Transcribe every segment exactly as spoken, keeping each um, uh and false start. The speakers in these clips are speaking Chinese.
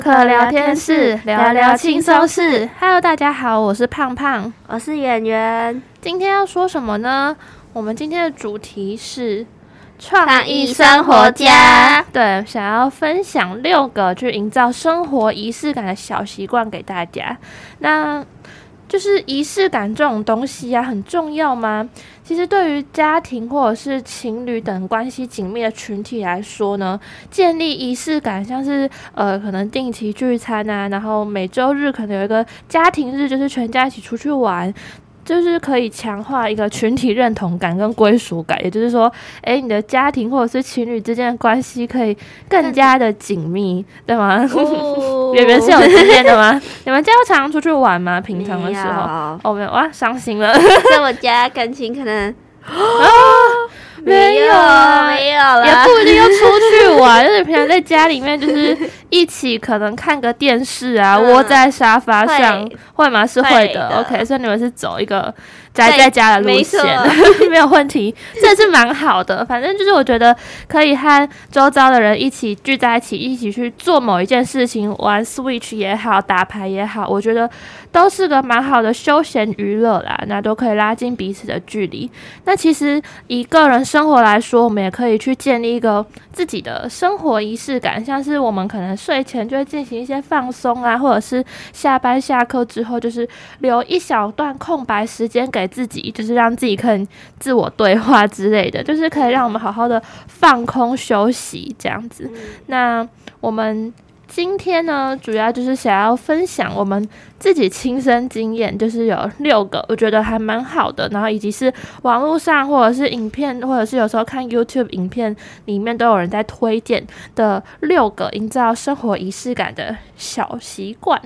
可聊天室聊聊轻松事。Hello， 大家好，我是胖胖， 我是圆圆。 今天要说什么呢？我们今天的主题是创意生活家。对，想要分享六个去营造生活仪式感的小习惯给大家。那就是仪式感这种东西啊，很重要吗？其实对于家庭或者是情侣等关系紧密的群体来说呢，建立仪式感，像是呃可能定期聚餐啊，然后每周日可能有一个家庭日，就是全家一起出去玩。就是可以强化一个群体认同感跟归属感，也就是说，哎，你的家庭或者是情侣之间的关系可以更加的紧密，对吗？ 哦、 圆圆是有经验的吗？你们家常常出去玩吗？平常的时候？哦，没有，哇，伤心了。 在我家感情可能啊， 没有没有了， 也不一定要出去玩，就是平常在家里面就是一起可能看个电视啊，嗯、窝在沙发上，会, 会吗？是会的。会的 OK， 所以你们是走一个宅在家的路线，没有问题，这是蛮好的。反正就是我觉得可以和周遭的人一起聚在一起，一起去做某一件事情，玩 Switch 也好，打牌也好，我觉得都是个蛮好的休闲娱乐啦，那都可以拉近彼此的距离。那其实以个人生活来说，我们也可以去建立一个自己的生活仪式感，像是我们可能睡前就会进行一些放松啊，或者是下班下课之后，就是留一小段空白时间给自己，就是让自己可以自我对话之类的，就是可以让我们好好的放空休息这样子。嗯、那我们今天呢，主要就是想要分享我们自己亲身经验，就是有六个我觉得还蛮好的，然后以及是网络上或者是影片，或者是有时候看 YouTube 影片里面都有人在推荐的六个营造生活仪式感的小习惯。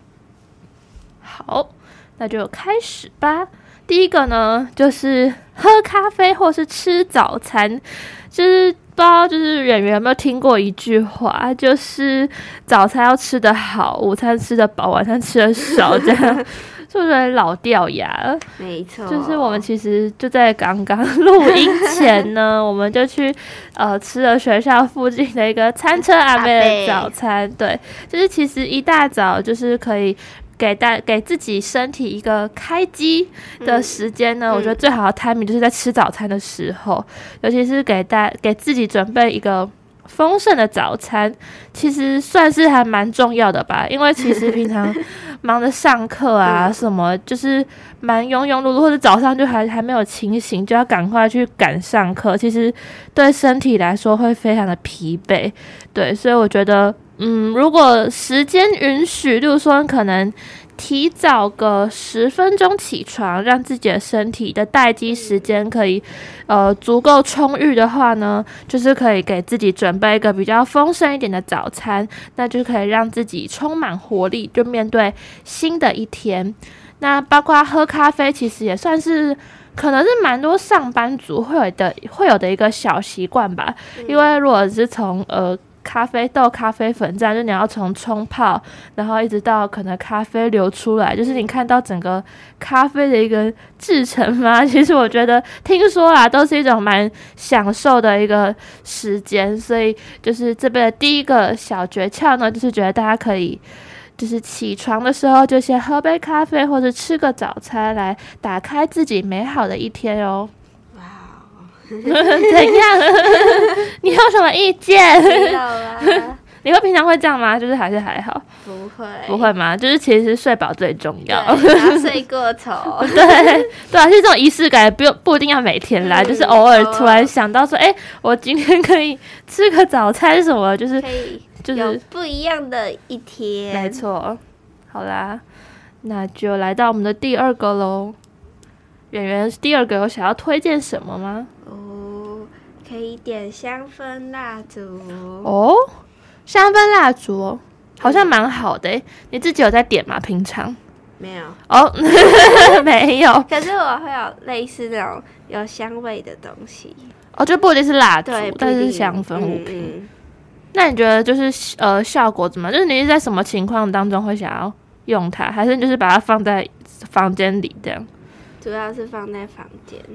好，那就开始吧。第一个呢，就是喝咖啡或是吃早餐，就是不知道就是圆圆有没有听过一句话，就是早餐要吃得好，午餐吃得饱，晚餐吃得少，这样是不是有点老掉牙了？ 没错， 就是我们其实就在刚刚录音前呢，我们就去呃吃了学校附近的一个餐车阿伯的早餐，对，就是其实一大早就是可以给大给自己身体一个开机的时间呢、嗯，我觉得最好的 timing 就是在吃早餐的时候，尤其是给大给自己准备一个丰盛的早餐，其实算是还蛮重要的吧。因为其实平常忙着上课啊什么，就是蛮庸庸碌碌，或者早上就还还没有清醒，就要赶快去赶上课，其实对身体来说会非常的疲惫。对，所以我觉得。嗯，如果时间允许，例如说可能提早个十分钟起床，让自己的身体的待机时间可以呃足够充裕的话呢，就是可以给自己准备一个比较丰盛一点的早餐，那就可以让自己充满活力，就面对新的一天。那包括喝咖啡，其实也算是可能是蛮多上班族会有的会有的一个小习惯吧，因为如果是从呃。咖啡豆、咖啡粉这样，就你要从冲泡，然后一直到可能咖啡流出来，就是你看到整个咖啡的一个制成嘛。其实我觉得，听说啦，都是一种蛮享受的一个时间。所以，就是这边的第一个小诀窍呢，就是觉得大家可以，就是起床的时候就先喝杯咖啡，或者吃个早餐，来打开自己美好的一天哦。怎样？你有什么意见？ 没有啦。 你会平常会这样吗？就是还是还好？ 不会， 不会吗？就是其实睡饱最重要。 对，然后睡过头。 对对啊，其实这种仪式感不不一定要每天来，嗯、就是偶尔突然想到说，哎、欸，我今天可以吃个早餐什么，就是可以就是有不一样的一天。 没错。好啦，那就来到我们的第二个喽。圆圆第二个有想要推荐什么吗？ 哦，可以点香氛蜡烛。 哦，香氛蜡烛好像蛮好的、欸、你自己有在点吗？平常没有哦，没有。 可是我会有类似那种有香味的东西。 哦，就不一定是蜡烛，但是香氛物品。嗯嗯，那你觉得就是呃效果怎么样？就是你是在什么情况当中会想要用它，还是你就是把它放在房间里这样？ 主要是放在房间。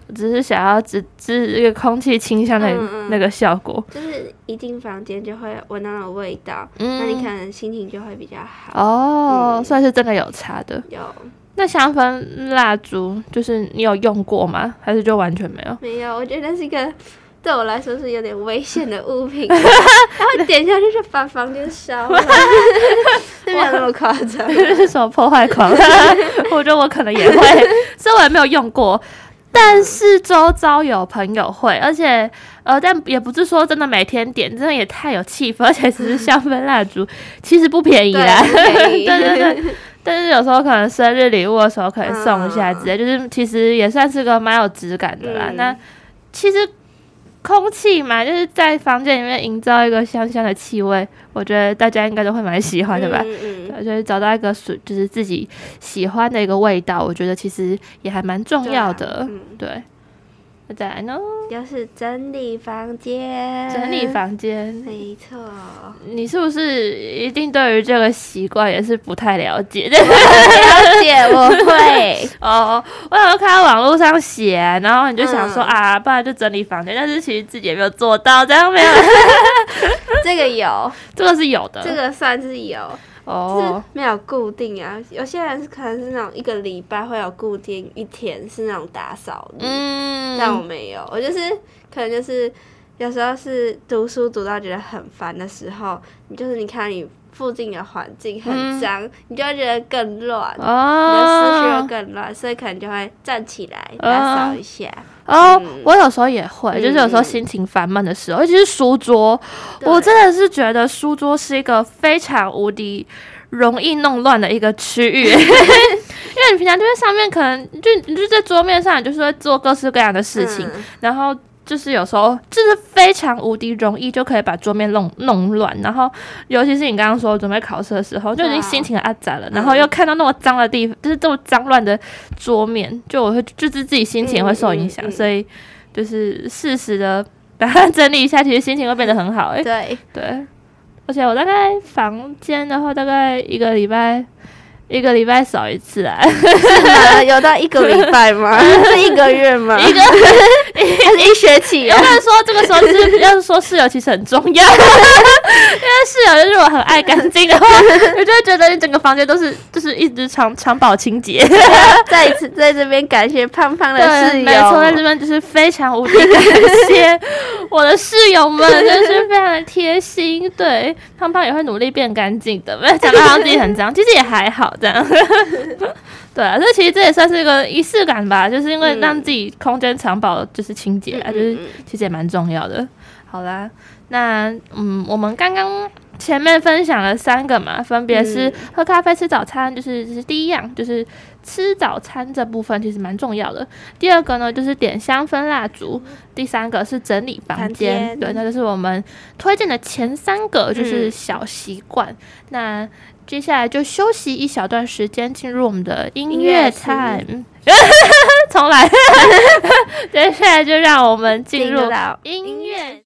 只是想要只只一个空气清香的那个效果， 嗯嗯、就是一进房间就会闻到那种味道，嗯，那你可能心情就会比较好哦，嗯、所以是真的有差的。 有。 那香氛蜡烛就是你有用过吗？还是就完全没有？ 没有，我觉得那是一个对我来说是有点危险的物品，它会点下去就把房间烧了，没有那么夸张。 这是什么破坏狂？我觉得我可能也会，所以我也没有用过。但是周遭有朋友会，而且呃，但也不是说真的每天点，真的也太有气氛，而且只是香氛蜡烛，其实不便宜啦。对对对。但是有时候可能生日礼物的时候可以送一下之类，嗯、就是其实也算是个蛮有质感的啦。嗯、那其实空气嘛，就是在房间里面营造一个香香的气味，我觉得大家应该都会蛮喜欢的吧。嗯嗯对，就是找到一个就是自己喜欢的一个味道，我觉得其实也还蛮重要的。对。啊嗯、对那再来呢？ 就是整理房间， 整理房间， 没错。 你是不是一定对于这个习惯也是不太了解？ 我了解，我会。 哦，我有看到网络上写、啊，然后你就想说、嗯、啊，不然就整理房间，但是其实自己也没有做到，这样没有。 这个有， 这个是有的， 这个算是有。哦，就是没有固定啊，有些人可能是那种一个礼拜会有固定一天是那种打扫日，嗯，但我没有，我就是可能就是有时候是读书读到觉得很烦的时候，你就是你看你附近的环境很脏，嗯、你就会觉得更乱，哦、你的思绪会更乱，所以可能就会站起来打扫一下。 哦，嗯、我有时候也会，就是有时候心情烦闷的时候，尤其是书桌，我真的是觉得书桌是一个非常无敌容易弄乱的一个区域，因为你平常就在上面，可能就你就在桌面上，你就是会做各式各样的事情，嗯、然后就是有时候就是非常无敌容易就可以把桌面弄弄乱，然后尤其是你刚刚说准备考试的时候，就已经心情很阿杂了，然后又看到那么脏的地方，就是这么脏乱的桌面，就我会就是自己心情会受影响，嗯嗯嗯、所以就是适时的把它整理一下，其实心情会变得很好、欸。 对对，而且我大概房间的话，大概一个礼拜。一个礼拜扫一次啊？ 是吗？有到一个礼拜吗？是一个月吗？ 一个还是一学期、啊？ 有没有说这个时候是要是说室友其实很重要？因为室友就是我很爱干净的话，我就会觉得你整个房间都是就是一直常常保清洁。 再一次在这边感谢胖胖的室友， 没错，在这边就是非常无敌感谢我的室友们，就是非常的贴心。对，胖胖也会努力变干净的，没有讲到好像自己很脏，其实也还好。这样对啊，所以其实这也算是一个仪式感吧，就是因为让自己空间常保就是清洁啊，嗯、就是其实也蛮重要的。好啦，那嗯，我们刚刚前面分享了三个嘛，分别是喝咖啡、吃早餐，就是就是第一样，就是吃早餐这部分其实蛮重要的。第二个呢，就是点香氛蜡烛；第三个是整理房间。对，那就是我们推荐的前三个，就是小习惯。嗯、那接下来就休息一小段时间，进入我们的音乐 time。重来，接下来就让我们进入音乐。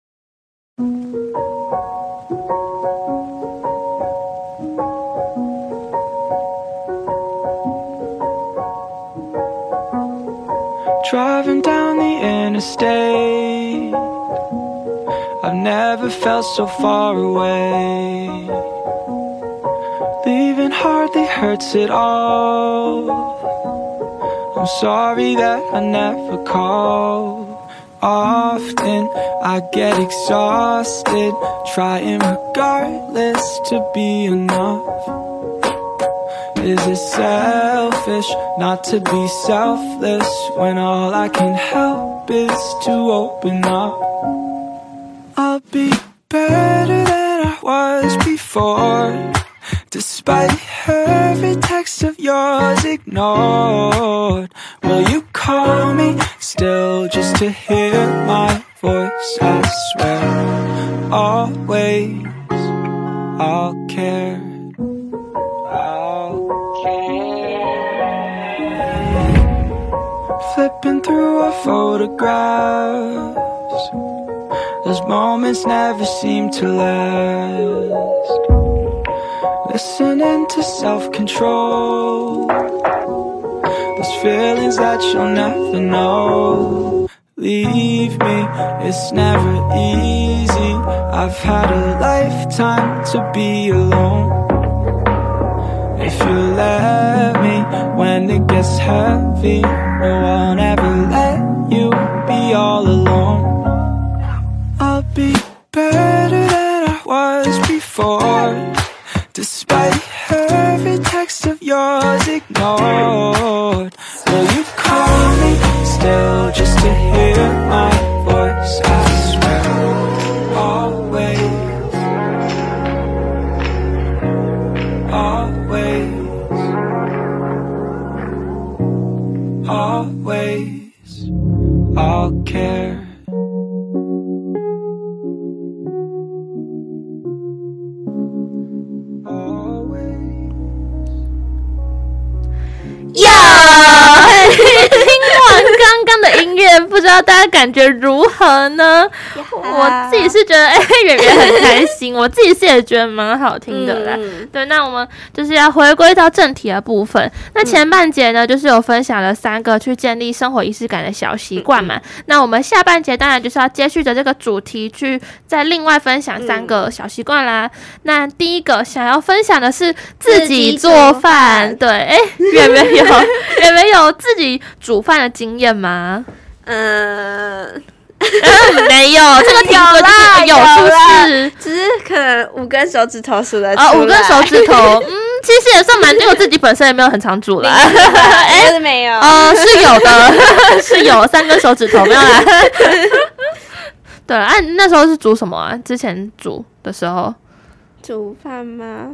Driving down the interstate, I've never felt so far away. Leaving hardly hurts at all. I'm sorry that I never called. Often I get exhausted, trying regardless to be enough. Is it selfish not to be selfless when all I can help is to open up? I'll be better than I was before, despite every text of yours ignored. Will you call me still just to hear my voice? I swear, always I'll care. I'll care. Flipping through our photographs, those moments never seem to last. Listening to self-control, the those feelings that you'll never know. Leave me, it's never easy. I've had a lifetime to be alone. If you let me, when it gets heavy, no, I'll never let you be all alone. I'll be better than I was before, despite every text of yours ignored. Will you call me still just to hear my voice? I swear, always, always, always, I'll care. 听完刚刚的音乐，不知道大家感觉如何呢？我自己是觉得，哎、欸，圆圆很开心，我自己是也觉得蛮好听的啦。嗯、对，那我们就是要回归到正题的部分。那前半节呢，就是有分享了三个去建立生活仪式感的小习惯嘛。嗯、那我们下半节当然就是要接续着这个主题，去再另外分享三个小习惯啦。嗯、那第一个想要分享的是自己做饭，对，哎、欸，圆圆有圆圆有自己煮饭的经验吗？ 嗯。 没有，这个听过就是有，是不是？ 只是可能五根手指头数得出来。 哦，五根手指头，嗯，其实也算蛮，因为我自己本身也没有很常煮啦。 哎，是没有。 呃，是有的，是有三根手指头，没有啦。对，啊，那时候是煮什么啊？之前煮的时候， 煮饭吗？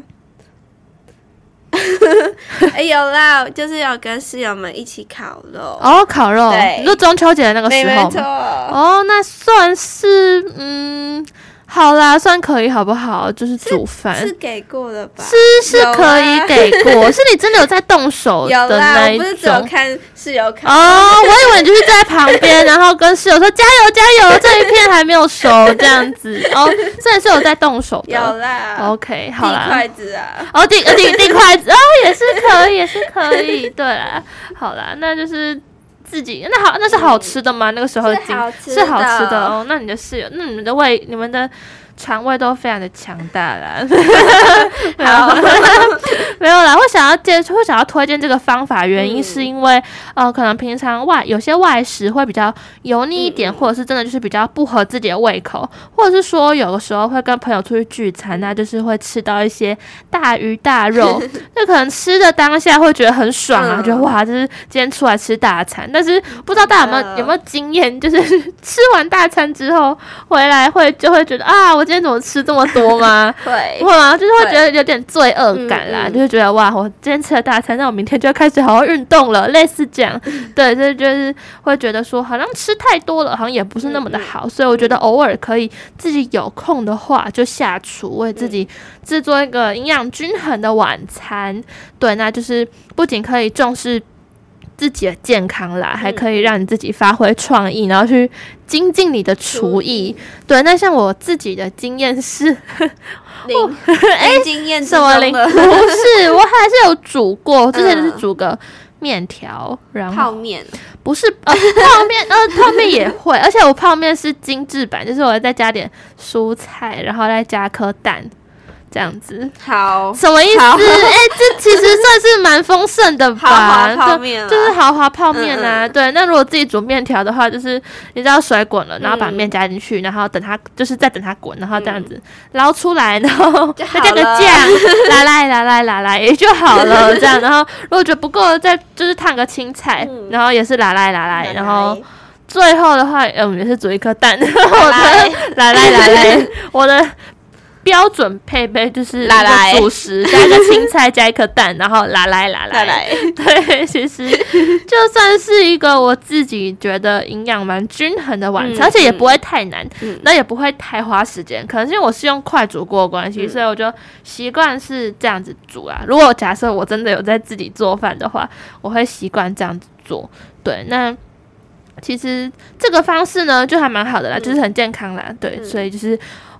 哎、欸，有啦，就是有跟室友们一起烤肉。 哦，烤肉，你说中秋节的那个时候吗？ 没错。 哦，那算是嗯，好啦，算可以，好不好？就是煮饭是, 是给过的吧？ 是是可以给过，是你真的有在动手的那一种。 有啦，我不是只有看室友烤。 哦，我以为你就是在旁边，然后跟室友说加油加油，这一片还没有熟这样子。哦，真的是有在动手的。 有啦。 OK， 好啦。 递筷子啊。 哦，递递递筷子，哦，也是可以，也是可以。对啦，好啦，那就是。自己那好，那是好吃的吗？嗯、那个时候的是好吃的， 是好吃的哦。那你的室友，那你们的胃，你们的肠胃都非常的强大啦。没有，没有啦。会想要接，会想要推荐这个方法，原因是因为、嗯、呃，可能平常外有些外食会比较油腻一点，嗯、或者是真的就是比较不合自己的胃口，或者是说有的时候会跟朋友出去聚餐，那就是会吃到一些大鱼大肉，就可能吃的当下会觉得很爽啊，嗯、觉得哇，就是今天出来吃大餐。但是不知道大家有没有有没有经验，就是吃完大餐之后回来会就会觉得啊，我今天怎么吃这么多吗？ 会会吗？就是会觉得有点罪恶感啦，嗯嗯就是觉得哇，我今天吃了大餐，那我明天就要开始好好运动了，类似这样。对，所以就是会觉得说，好像吃太多了，好像也不是那么的好。嗯嗯所以我觉得偶尔可以自己有空的话，就下厨为自己制作一个营养均衡的晚餐。对，那就是不仅可以重视自己的健康啦，还可以让你自己发挥创意，然后去精进你的厨艺。对，那像我自己的经验是零，哎，经验什么零？不是，我还是有煮过，之前就是煮个面条，然后泡面不是呃泡面呃泡面也会，而且我泡面是精致版，就是我会再加点蔬菜，然后再加颗蛋。这样子好， 什么意思？哎、欸，这其实算是蛮丰盛的吧？ 豪华泡面就是豪华泡面啊。嗯嗯对，那如果自己煮面条的话，就是你知道水滚了，然后把面加进去，然后等它就是再等它滚，然后这样子捞出来，然后再加个酱，拉来拉来拉来也就好了。这样，然后如果觉得不够，再就是烫个青菜，嗯、然后也是拉来拉来，然后。最后的话，嗯，也是煮一颗蛋。我的来来来来，我的标准配备就是一个主食加一个青菜加一颗蛋，然后来来来来来。对，其实就算是一个我自己觉得营养蛮均衡的晚餐，嗯、而且也不会太难，嗯、那也不会太花时间。可能是因为我是用快煮锅的关系，嗯、所以我就习惯是这样子煮啊。如果假设我真的有在自己做饭的话，我会习惯这样子做。对，那。其实这个方式呢，就还蛮好的啦，嗯、就是很健康啦，对，嗯、所以就是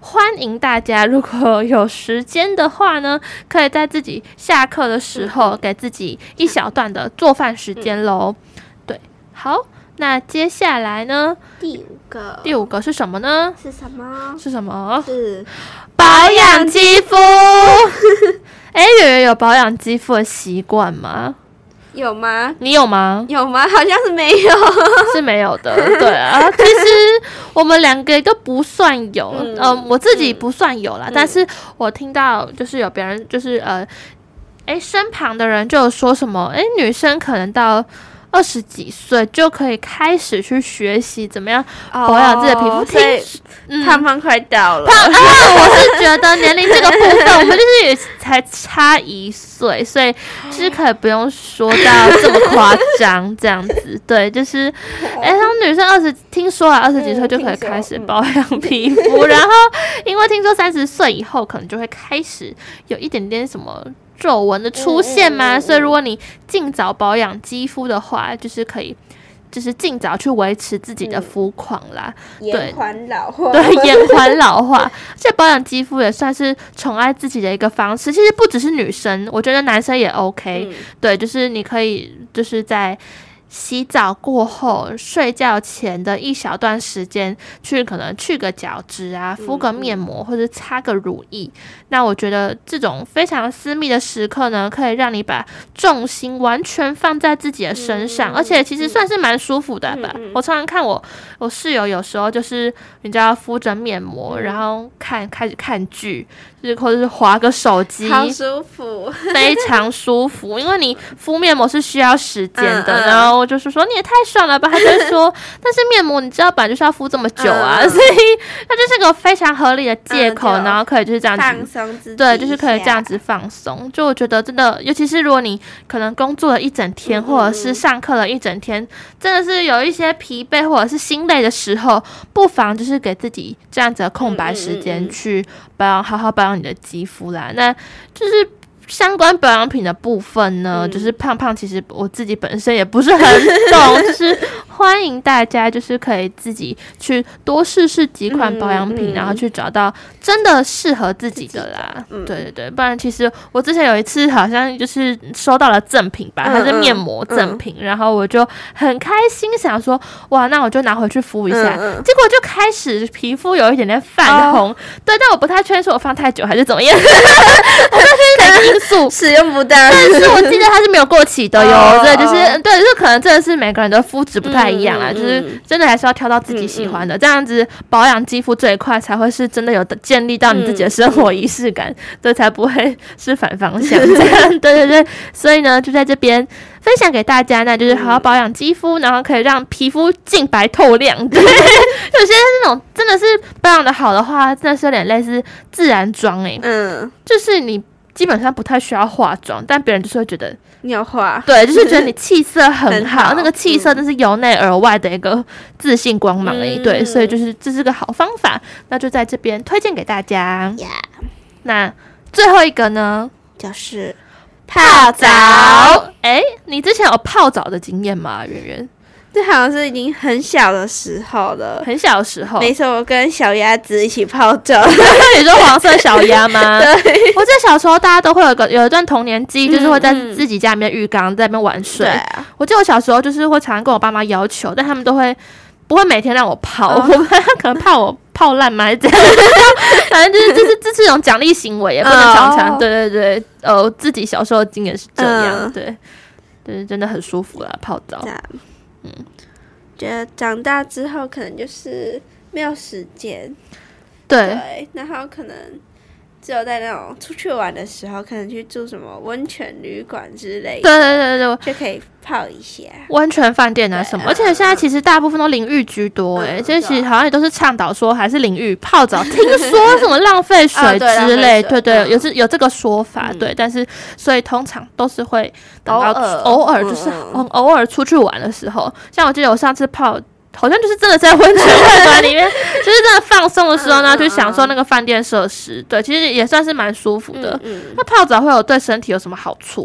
欢迎大家，如果有时间的话呢，可以在自己下课的时候给自己一小段的做饭时间咯。对，好，那接下来呢？ 第五个， 第五个是什么呢？ 是什么？ 是什么？ 是保养肌肤。哎、欸，圆圆有保养肌肤的习惯吗？ 有吗？ 你有吗？ 有吗？好像是没有， 是没有的。对啊，其实我们两个都不算有，嗯、呃，我自己不算有啦，嗯、但是我听到就是有别人就是呃，哎，身旁的人就有说什么，哎，女生可能到二十几岁就可以开始去学习怎么样保养自己的皮肤。 哦、所以胖胖快到了。 胖啊！我是觉得年龄这个部分，我们就是也才差一岁，所以就是可以不用说到这么夸张这样子。对，就是哎，他们女生二十，听说啊，二十几岁就可以开始保养皮肤，嗯、然后因为听说三十岁以后可能就会开始有一点点什么皱纹的出现嘛，嗯嗯嗯嗯，所以如果你尽早保养肌肤的话，就是可以。就是尽早去维持自己的肤况啦， 嗯、延缓老化， 对，延缓老化。这保养肌肤也算是宠爱自己的一个方式。其实不只是女生，我觉得男生也 OK、嗯。对，就是你可以就是在洗澡过后、睡觉前的一小段时间，去可能去个角质啊，敷个面膜，嗯、或者擦个乳液。那我觉得这种非常私密的时刻呢，可以让你把重心完全放在自己的身上，嗯、而且其实算是蛮舒服的吧。嗯、我常常看我我室友有时候就是你知道敷着面膜，嗯、然后看开始看剧，就是或者是滑个手机， 好舒服， 非常舒服。因为你敷面膜是需要时间的，嗯嗯然后我就是说你也太爽了吧，他就说，但是面膜你知道本来就是要敷这么久啊，嗯、所以它就是个非常合理的借口，嗯、然后可以就是这样子放松自己， 对，就是可以这样子放松。就我觉得真的，尤其是如果你可能工作了一整天，嗯、或者是上课了一整天，真的是有一些疲惫或者是心累的时候，不妨就是给自己这样子的空白时间去保养，好好保养你的肌肤啦。那就是。相关保养品的部分呢，嗯、就是胖胖其实我自己本身也不是很懂，就是欢迎大家就是可以自己去多试试几款保养品，嗯嗯、然后去找到真的适合自己的啦。的嗯、对对对，不然其实我之前有一次好像就是收到了赠品吧，它是面膜赠品，嗯嗯、然后我就很开心，想说哇，那我就拿回去敷一下，嗯嗯、结果就开始皮肤有一点点泛红，哦、对，但我不太确定是我放太久还是怎么样，我不太确定哪个因素使用不当， 但是我记得它是没有过期的哟。对，就是对，就可能真的是每个人的肤质不太一样啦，嗯、就是真的还是要挑到自己喜欢的，嗯、这样子保养肌肤这一块才会是真的有建立到你自己的生活仪式感，嗯、对，才不会是反方向这样。对对对，所以呢，就在这边分享给大家，那就是好好保养肌肤，然后可以让皮肤净白透亮。对，有些那种真的是保养的好的话，真的是有点类似自然妆哎、欸，嗯，就是你。基本上不太需要化妆，但别人就是会觉得你有化， 对，就是觉得你气色很好，很好那个气色真是由内而外的一个自信光芒诶、欸，嗯、对，所以就是这是个好方法，那就在这边推荐给大家。Yeah. 那最后一个呢， 就是泡澡。哎，你之前有泡澡的经验吗，圆圆？ 这好像是已经很小的时候了， 很小的时候。 没错，我跟小鸭子一起泡澡。 你说黄色小鸭吗？ 对。 我记得小时候大家都会有个有一段童年记忆，嗯、就是会在自己家里面浴缸在那边玩水。对啊。我记得我小时候就是会常常跟我爸妈要求，但他们都会不会每天让我泡，哦、我可能怕我泡烂嘛，还是这样。反正就是这是这是一种奖励行为，也不能常常。哦、对对对，呃，自己小时候的经验是这样，嗯、对，就是真的很舒服啦，泡澡。 嗯，觉得长大之后可能就是没有时间， 对， 对，然后可能只有在那种出去玩的时候，可能去住什么温泉旅馆之类的， 对对对对， 就可以泡一下温泉饭店啊什么。而且现在其实大部分都淋浴居多哎、欸，这、嗯、其实好像也都是倡导说还是淋浴泡澡，听说什么浪费水之类，哦、对, 对对，有是有这个说法，嗯、对，但是所以通常都是会等到偶尔就是很偶尔出去玩的时候，嗯、像我记得我上次泡。好像就是真的在温泉会馆里面，就是真的放松的时候呢，去享受那个饭店设施。对，其实也算是蛮舒服的。嗯嗯、那泡澡会有对身体有什么好处啊？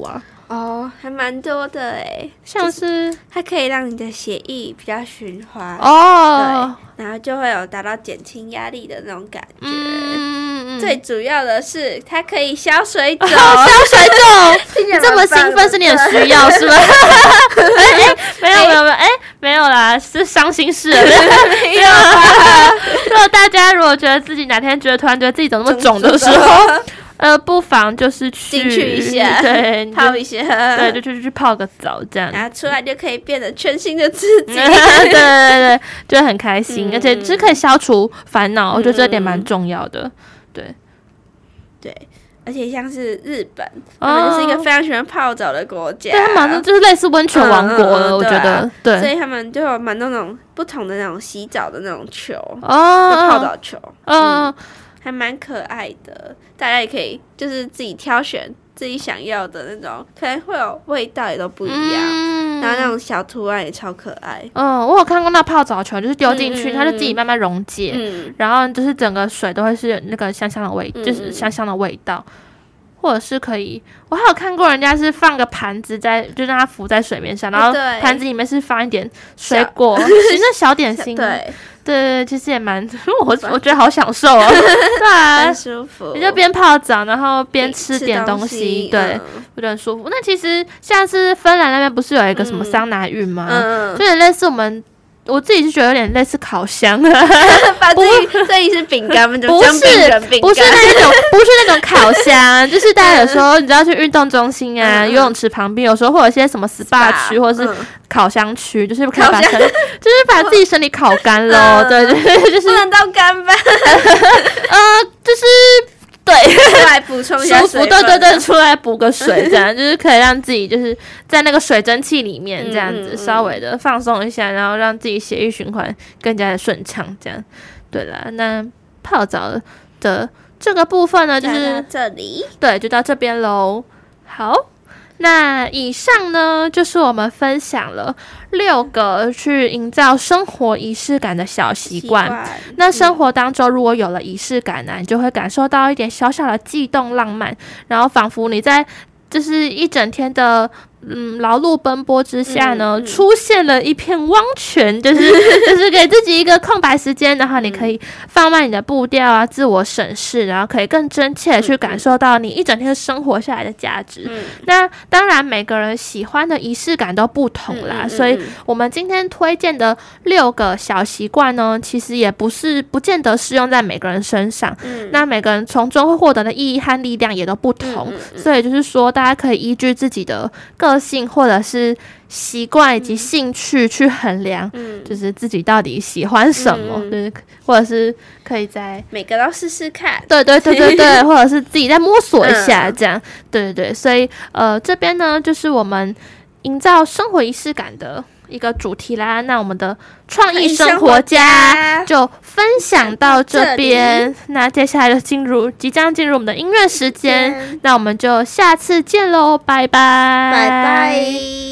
哦，还蛮多的诶， 像是它可以让你的血液比较循环哦， 对，然后就会有达到减轻压力的那种感觉。 嗯， 最主要的是它可以消水肿， 哦、消水肿，你这么兴奋是你很需要是吗？哎、欸，没有没有没有，哎、欸，没有啦，是伤心事了，没有啦。如果大家如果觉得自己哪天觉得突然觉得自己怎么那么肿的时候。呃，不妨就是去进去一下， 对， 泡一下， 对，就去去泡个澡这样， 然后出来就可以变得全新的自己， 对对对，就很开心，嗯、而且是可以消除烦恼，嗯、我觉得这点蛮重要的，对， 对。而且像是日本，他们就是一个非常喜欢泡澡的国家， 对，他们好像就是类似温泉王国了，嗯嗯、我觉得，对， 所以他们就有蛮多那种不同的那种洗澡的那种球， 哦， 就泡澡球， 嗯。嗯还蛮可爱的，大家也可以就是自己挑选自己想要的那种，可能会有味道也都不一样，嗯、然后那种小图案也超可爱。 嗯，我有看过那泡澡球，就是丢进去，嗯、它就自己慢慢溶解，嗯、然后就是整个水都会是那个香香的味，嗯、就是香香的味道。或者是可以，我还有看过人家是放个盘子在，就让它浮在水面上，然后盘子里面是放一点水果，其实那小点心，对对对，其实也蛮，我我觉得好享受哦，对啊， 很舒服， 你就边泡澡，然后边吃点东西，东西对，嗯、我觉得很舒服。那其实像是芬兰那边不是有一个什么桑拿浴吗？嗯，就有点类似我们。我自己是觉得有点类似烤箱， 把自己这里是饼干，不是不是那种不是那种烤箱，就是大家有时候你知道去运动中心啊、嗯、游泳池旁边，有时候会有一些什么 S P A 区或者是烤箱区，就是可以把身就是把自己身体烤干咯，对对对，就是不能到干吧， 呃，就是。对， 出来补充一下水分， 对对对，出来补个水，这样就是可以让自己就是在那个水蒸气里面这样子、嗯嗯、稍微的放松一下，然后让自己血液循环更加的顺畅，这样。对啦，那泡澡的这个部分呢，就是这里， 对，就到这边喽。好。那以上呢，就是我们分享了六个去营造生活仪式感的小习惯。那生活当中如果有了仪式感呢、啊，你就会感受到一点小小的悸动浪漫，然后仿佛你在就是一整天的嗯劳碌奔波之下呢、嗯嗯，出现了一片汪泉，就是就是给自己一个空白时间，然后你可以放慢你的步调啊，自我审视，然后可以更真切的去感受到你一整天生活下来的价值。嗯、那当然每个人喜欢的仪式感都不同啦、嗯嗯嗯，所以我们今天推荐的六个小习惯呢，其实也不是不见得适用在每个人身上。嗯、那每个人从中会获得的意义和力量也都不同，嗯嗯嗯，所以就是说大家可以依据自己的个性或者是习惯以及兴趣去衡量、嗯、就是自己到底喜欢什么、嗯、就是或者是可以在每个都试试看， 对对对对对或者是自己再摸索一下这样、嗯、对对对，所以呃这边呢就是我们营造生活仪式感的一个主题啦。那我们的创意生活家就分享到这边，那接下来就进入即将进入我们的音乐时间，那我们就下次见喽，拜拜拜拜。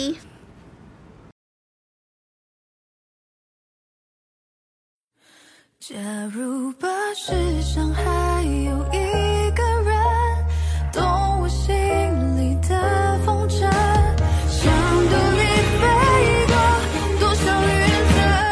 假如巴士上还有一个人懂我心里的风筝，像独立飞过多少云层，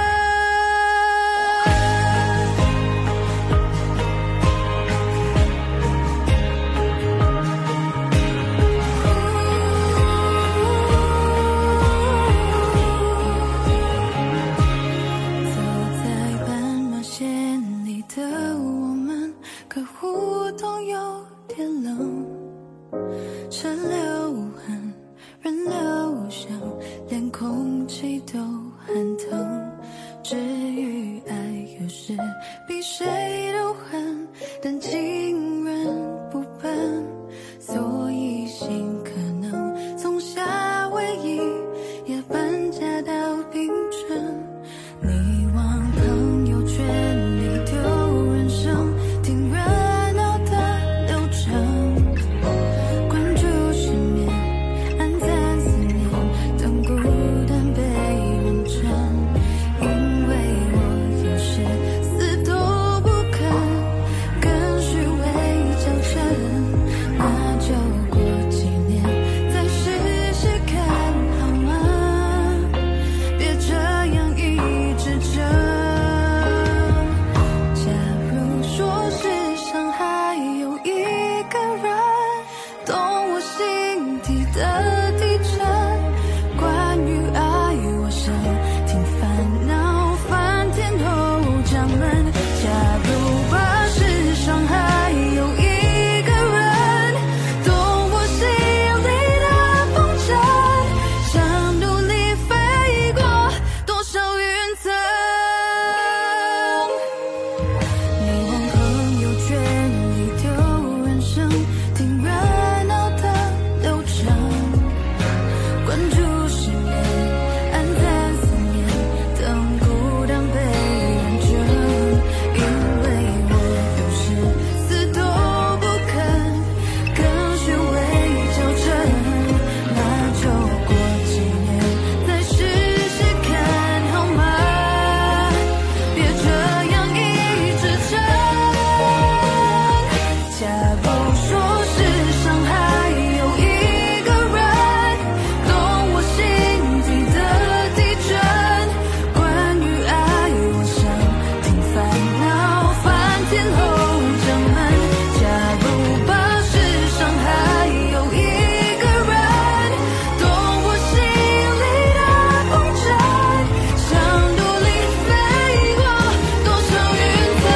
走在斑马线里的我们，可互动有点冷，车流很人流响，连空气都很疼。至于爱，有时比谁都狠，但情人不笨，所以心可能从夏威夷也搬家到平镇。你往朋友圈里丢人生，听热闹的流程，关注是底的地震，关于爱我想听烦恼翻天后掌门，假如把世上还有一个人懂我心里的风尘，想努力飞过多少云层，你往朋友圈里丢人生，听热闹的流程，关注失眠，暗赞思念，等孤单被认真，因为我有时死都不肯跟虚伪较真，那就过几年再试试看好吗？别这样一直撑。假如说世上还有一个人懂我心底的地震，关于爱我想听烦恼翻天后掌门，假如把世上还有一个人懂我心里的风尘，想努力飞过多少云层，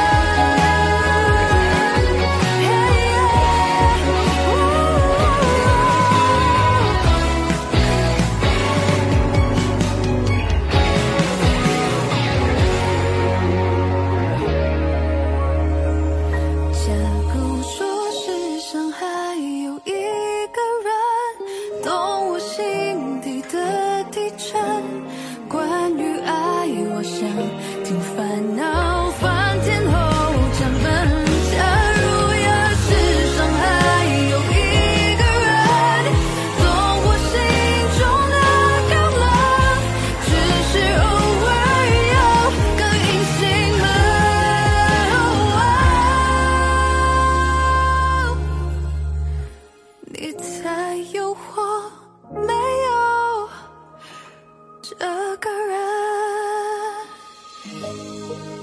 假如说世上还有一个人懂我心底的地震，关于爱我想听烦恼翻天后掌门，假如呀世上还有一个人懂我心中的高冷，只是偶尔有个隐形门，你才有我没有这个人。